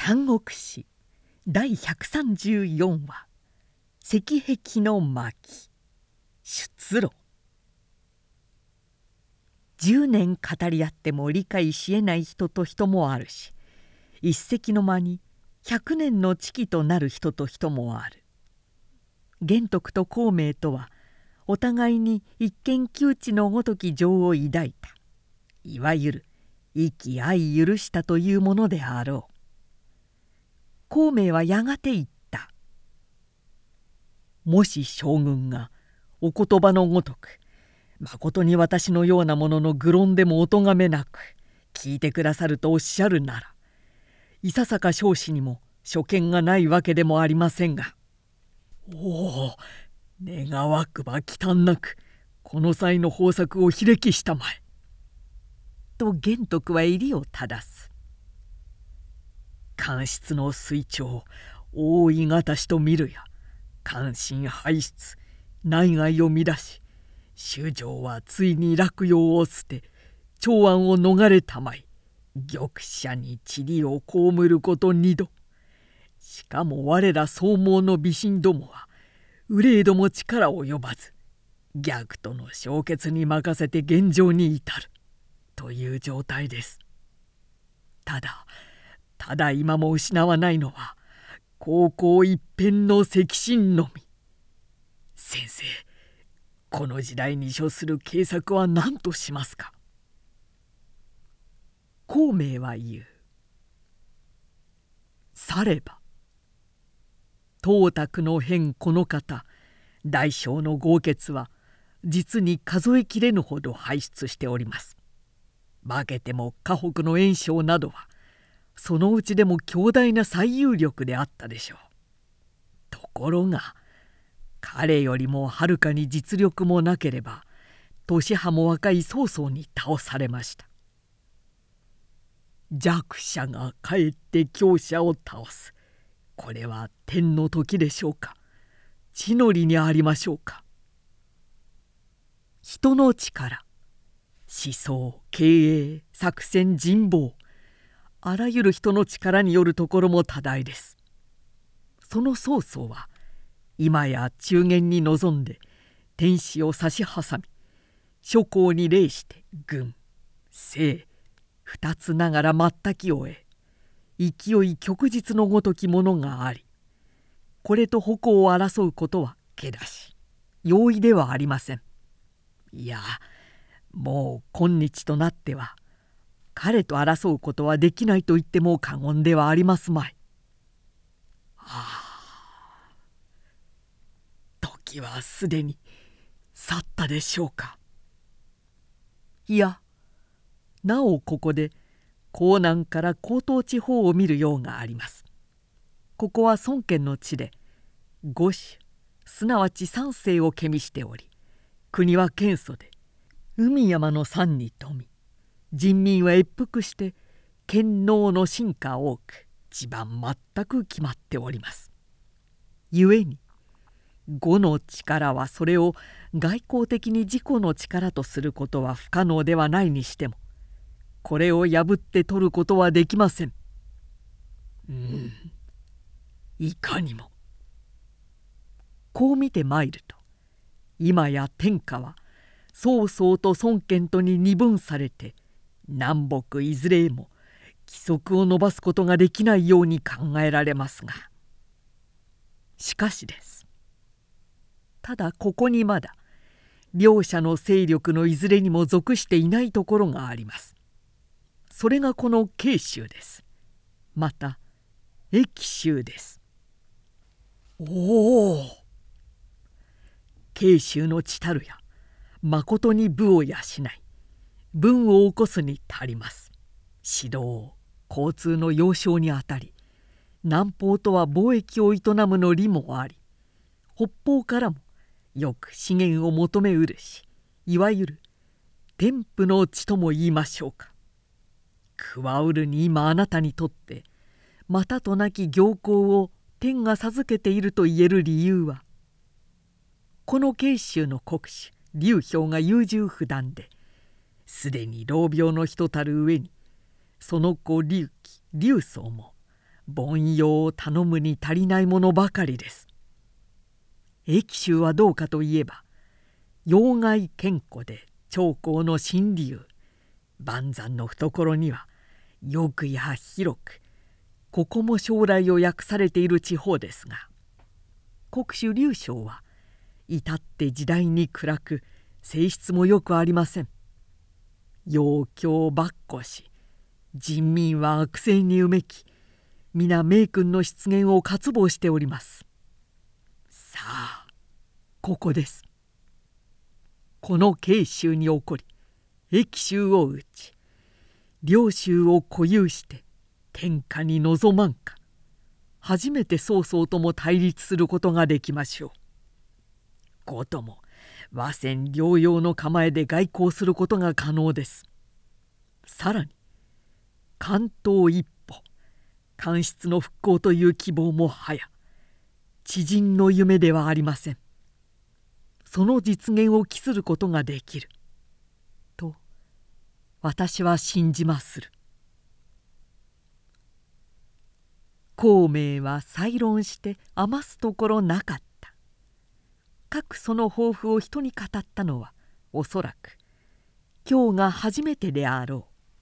三国志第134話「石壁の巻」出路。10年語り合っても理解しえない人と人もあるし、一石の間に100年の知己となる人と人もある。玄徳と孔明とはお互いに一見窮地のごとき情を抱いた、いわゆる意気相許したというものであろう。孔明はやがて言った。もし将軍がお言葉のごとくまことに私のようなものの愚論でもお咎めなく聞いてくださるとおっしゃるなら、いささか彰子にも所見がないわけでもありませんが、おお、願わくば忌憚なくこの際の方策をひれきしたまえ。と玄徳は襟を正す。官室の推聴大いがたしと見るや、関心排出内外を乱し、主上はついに洛陽を捨て長安を逃れたまい、玉舎に塵を被ること2度。しかも我ら草莽の美人どもは憂いども力及ばず、逆との衝決に任せて現状に至るという状態です。ただ今も失わないのは高校一辺の赤心のみ。先生、この時代に処する計策は何としますか。孔明は言う。されば董卓の変この方大将の豪傑は実に数えきれぬほど輩出しております。負けても河北の袁紹などはそのうちでも強大な最有力であったでしょう。ところが彼よりもはるかに実力もなければ年派も若い曹操に倒されました。弱者がかえって強者を倒す、これは天の時でしょうか、地の利にありましょうか。人の力、思想、経営、作戦、人望、あらゆる人の力によるところも多大です。その曹操は今や中原に臨んで天子を差し挟み、諸侯に礼して軍政二つながら全きを得、勢い旭日のごときものがあり、これと矛を争うことはけだし容易ではありません。いや、もう今日となっては彼と争うことはできないと言っても過言ではありますまい。時はすでに去ったでしょうか。いや、なおここで江南から江東地方を見るようがあります。ここは孫権の地で五種すなわち三世をけみしており、国は堅楚で海山の山に富み、人民は越腹して権能の進化多く地盤全く決まっております。故に呉の力はそれを外交的に自己の力とすることは不可能ではないにしても、これを破って取ることはできません。いかにも。こう見てまいると、今や天下は曹操と孫権とに二分されて、南北いずれも規則を伸ばすことができないように考えられますが、しかしです。ただここにまだ両者の勢力のいずれにも属していないところがあります。それがこの慶州です。また益州です。おお、慶州の地たるやまことに武を養い文を起こすに足ります。指導交通の要衝にあたり、南方とは貿易を営むの利もあり、北方からもよく資源を求めうるし、いわゆる天賦の地とも言いましょうか。加うるに今あなたにとってまたとなき行幸を天が授けていると言える理由は、この慶州の国主劉氷が優柔不断で、すでに老病の人たる上にその子劉貴劉宗も凡庸を頼むに足りないものばかりです。益州はどうかといえば、要害健康で長江の新流、万山の懐にはよくや広く、ここも将来を訳されている地方ですが、国主劉将は至って時代に暗く、性質もよくありません。要強跋扈し、人民は悪性にうめき、皆名君の出現を渇望しております。さあ、ここです。この慶州に起こり、益州を討ち、領州を固有して天下に望まんか、初めて曹操とも対立することができましょう。ごとも和戦両用の構えで外交することが可能です。さらに関東一歩、官室の復興という希望もはや知人の夢ではありません。その実現を期することができると私は信じまする。孔明は再論して余すところなかった。各その抱負を人に語ったのはおそらく今日が初めてであろう。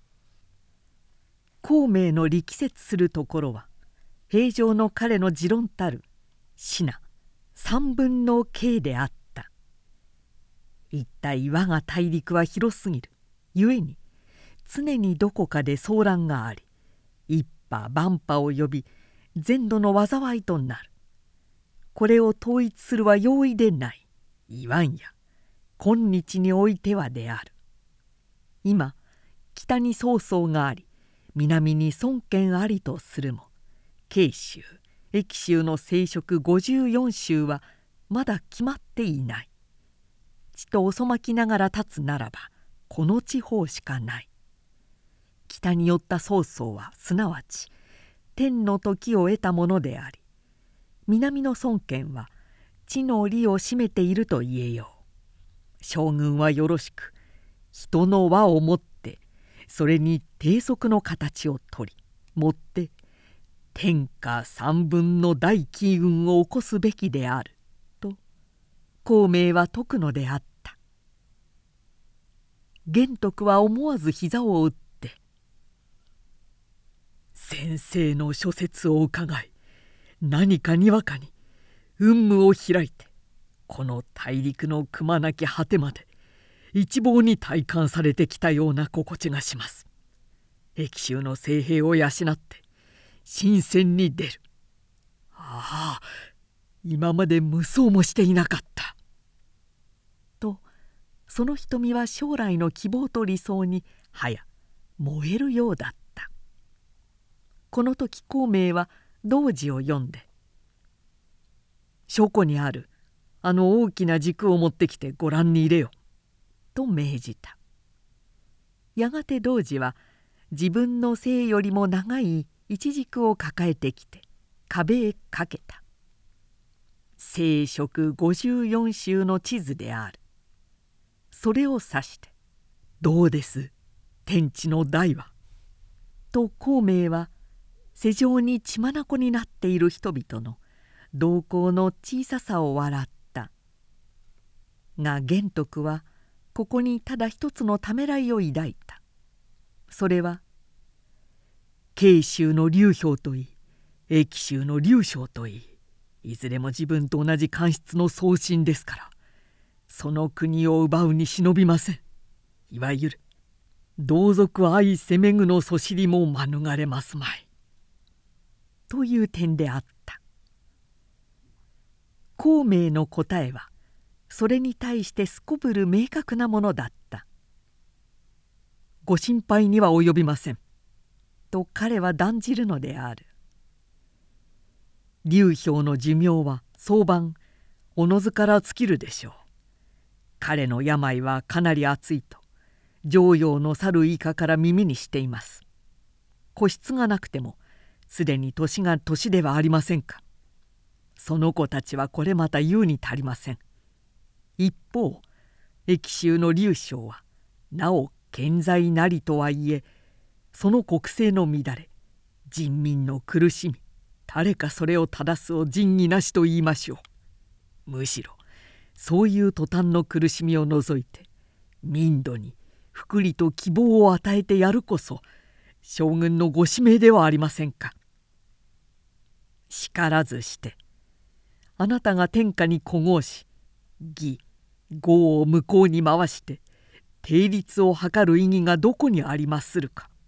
孔明の力説するところは平常の彼の持論たる品三分の計であった。一体我が大陸は広すぎるゆえに常にどこかで騒乱があり、一派万派を呼び全土の災いとなる。これを統一するは容易でない。言わんや今日においてはである。今北に曹操があり、南に孫権ありとするも、慶州益州の生殖54州はまだ決まっていない。ちと遅まきながら立つならばこの地方しかない。北に寄った曹操はすなわち天の時を得たものであり、南の孫権は地の利を占めていると言えよう。将軍はよろしく人の輪を持ってそれに定則の形をとりもって天下三分の大機運を起こすべきであると孔明は説くのであった。玄徳は思わず膝を打って、先生の諸説を伺い、何かにわかに雲霧を開いてこの大陸のくまなき果てまで一望に体感されてきたような心地がします。益州の精兵を養って新戦に出る。ああ、今まで無双もしていなかった。とその瞳は将来の希望と理想にはや燃えるようだった。この時孔明は童子を読んで「書庫にあるあの大きな軸を持ってきてご覧に入れよ」と命じた。やがて童子は自分の背よりも長い一軸を抱えてきて壁へかけた。生殖54州の地図である。それを指して「どうです天地の大は」と孔明は世上に血眼になっている人々の動向の小ささを笑った。が玄徳はここにただ一つのためらいを抱いた。それは慶州の劉氷といい益州の劉将といい、いずれも自分と同じ官室の宗親ですから、その国を奪うに忍びません。いわゆる同族相攻めぐのそしりも免れますまい。という点であった。孔明の答えはそれに対してすこぶる明確なものだった。ご心配には及びませんと彼は断じるのである。劉氷の寿命は早晩おのずから尽きるでしょう。彼の病はかなり熱いと常陽の去る以下から耳にしています。個室がなくてもすでに年が年ではありませんか。その子たちはこれまた言うに足りません。一方益州の劉将はなお健在なりとはいえ、その国政の乱れ人民の苦しみ誰かそれを正すを仁義なしと言いましょう。むしろそういう途端の苦しみを除いて民度に福利と希望を与えてやるこそ将軍のご使命ではありませんか。しからずしてあなたが天下に古豪し義業を向こうに回して定律を図る意義がどこにありまするか。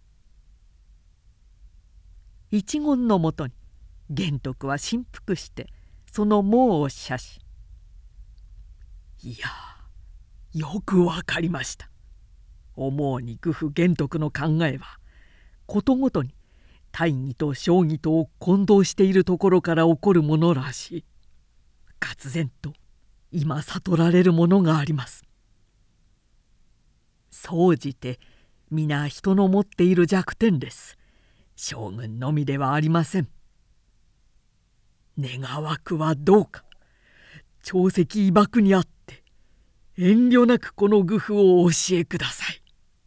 一言のもとに玄徳は振幅してその網を射し、いやよくわかりました。思うに愚夫玄徳の考えはことごとに大義と正義とを混同しているところから起こるものらしい。忽然と今悟られるものがあります。総じて皆人の持っている弱点です。将軍のみではありません。願わくはどうか朝夕威爆にあって遠慮なくこの愚夫をお教えください。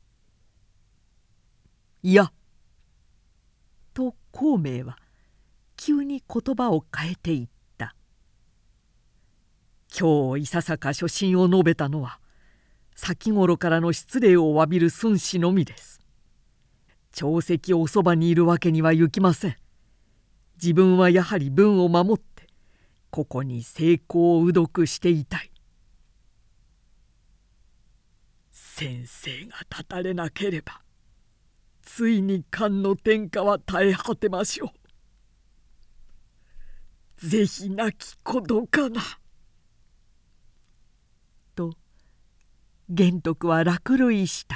いや。と孔明は急に言葉を変えていった。今日いささか初心を述べたのは先頃からの失礼を詫びる孫子のみです。朝夕おそばにいるわけにはいきません。自分はやはり文を守ってここに成功をうどくしていたい。先生が立たれなければついに漢の天下は絶え果てましょう。ぜひなきことかな。と玄徳は落涙した。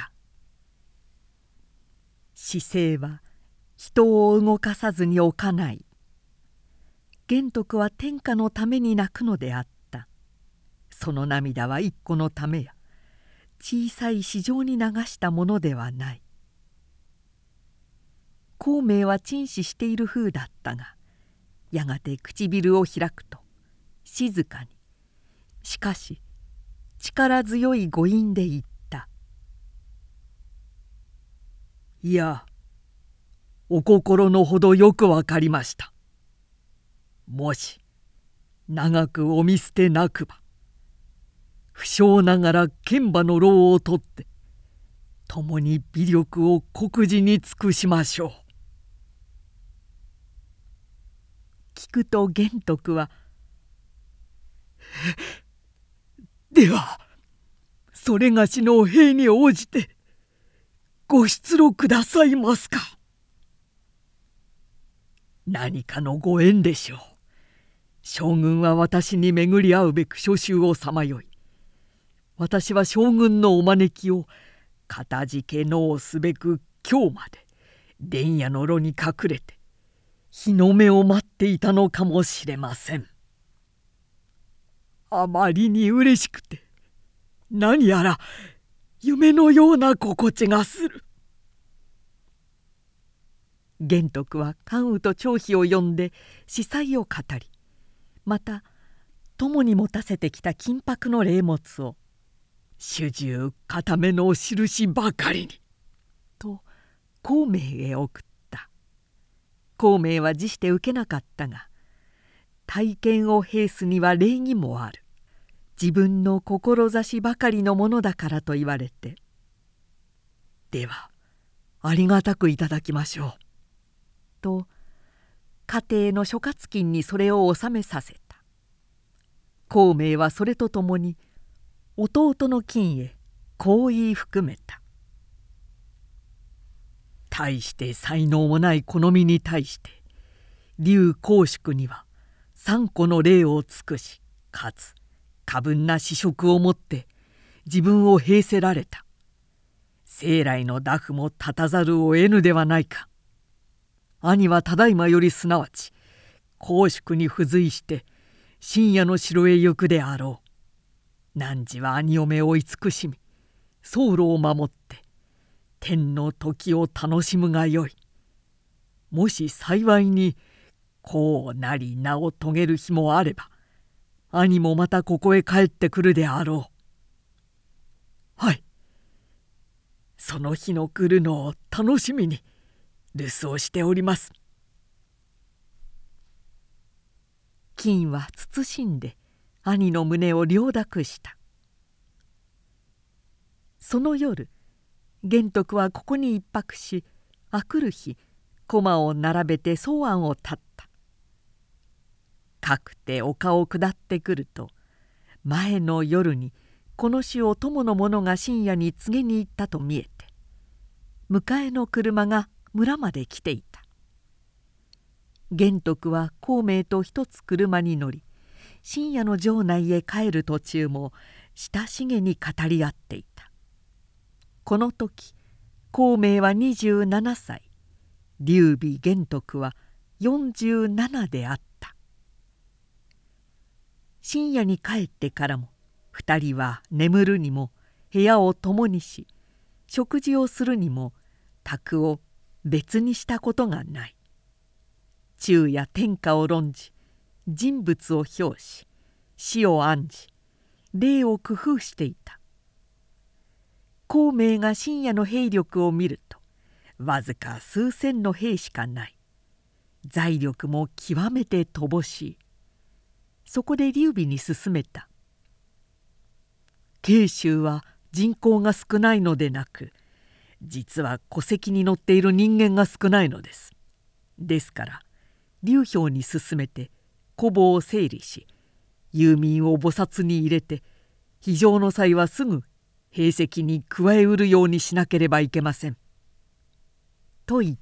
姿勢は人を動かさずに置かない。玄徳は天下のために泣くのであった。その涙は一個のためや小さい市場に流したものではない。孔明は沈思している風だったがやがて唇を開くと静かにしかし力強い語韻で言った。いやお心のほどよくわかりました。もし長くお見捨てなくば不肖ながら剣馬の労をとって共に微力を国事に尽くしましょう。聞くと玄徳は「ではそれがしの兵に応じてご出路くださいますか。何かのご縁でしょう。将軍は私に巡り合うべく諸州をさまよい私は将軍のお招きをかたじけのうすべく今日まで伝屋の炉に隠れて日の目を待っていたのかもしれません。あまりに嬉しくて何やら夢のような心地がする。玄徳は関羽と張飛を呼んで司祭を語りまた友に持たせてきた金箔の礼物を主従固めのお印ばかりにと孔明へ送った。孔明は辞して受けなかったが大権を平すには礼儀もある。自分の志ばかりのものだからと言われて「ではありがたくいただきましょう」と家庭の諸葛金にそれを納めさせた。孔明はそれとともに弟の金へこう言い含めた。大して才能もないこの身に対して劉公祝には3個の礼を尽くしかつ過分な私職をもって自分を平せられた。生来の惰夫も立たざるを得ぬではないか。兄はただいまよりすなわち公祝に付随して深夜の城へ行くであろう。汝は兄嫁を慈しみ僧侶を守って天の時を楽しむがよい。もし幸いにこうなり名を遂げる日もあれば兄もまたここへ帰ってくるであろう。はいその日の来るのを楽しみに留守をしております。 金は慎んで兄の胸を領諾した。その夜玄徳はここに一泊し、あくる日駒を並べて草案を立った。かくて丘を下ってくると、前の夜にこの死を友の者が深夜に告げに行ったと見えて、迎えの車が村まで来ていた。玄徳は孔明と一つ車に乗り、深夜の城内へ帰る途中も親しげに語り合っていた。この時孔明は27歳、劉備玄徳は47であった。深夜に帰ってからも2人は眠るにも部屋を共にし、食事をするにも宅を別にしたことがない。昼夜天下を論じ、人物を評し、死を案じ、礼を工夫していた。孔明が深夜の兵力を見ると、わずか数千の兵しかない。財力も極めて乏しい。そこで劉備に勧めた。慶州は人口が少ないのでなく、実は戸籍に載っている人間が少ないのです。ですから劉表に勧めて戸簿を整理し、遊民を菩薩に入れて、非常の際はすぐ兵籍に加えうるようにしなければいけません。と言った。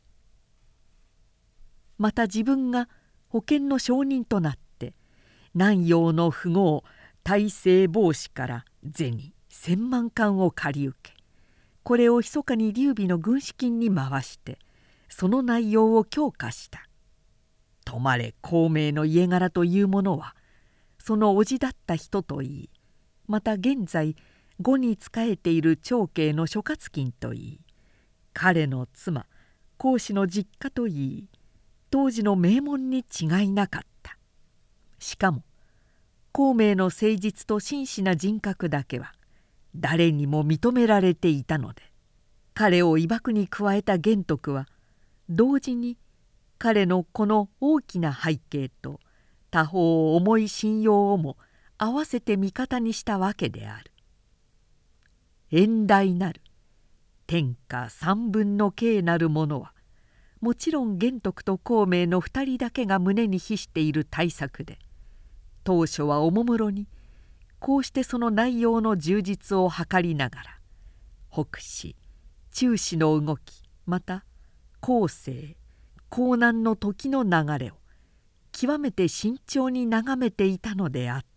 また自分が保険の証人となって南陽の富豪大政坊氏から銭1000万貫を借り受け、これを密かに劉備の軍資金に回してその内容を強化した。とまれ孔明の家柄というものはその叔父だった人といい、また現在呉に仕えている長兄の諸葛金といい、彼の妻孔子の実家といい、当時の名門に違いなかった。しかも孔明の誠実と真摯な人格だけは誰にも認められていたので、彼を威爆に加えた玄徳は同時に彼のこの大きな背景と他方重い信用をも合わせて味方にしたわけである。遠大なる天下三分の計なるものは、もちろん玄徳と孔明の2人だけが胸に秘している大策で、当初はおもむろにこうしてその内容の充実を図りながら、北市中市の動き、また後世江南の時の流れを極めて慎重に眺めていたのであった。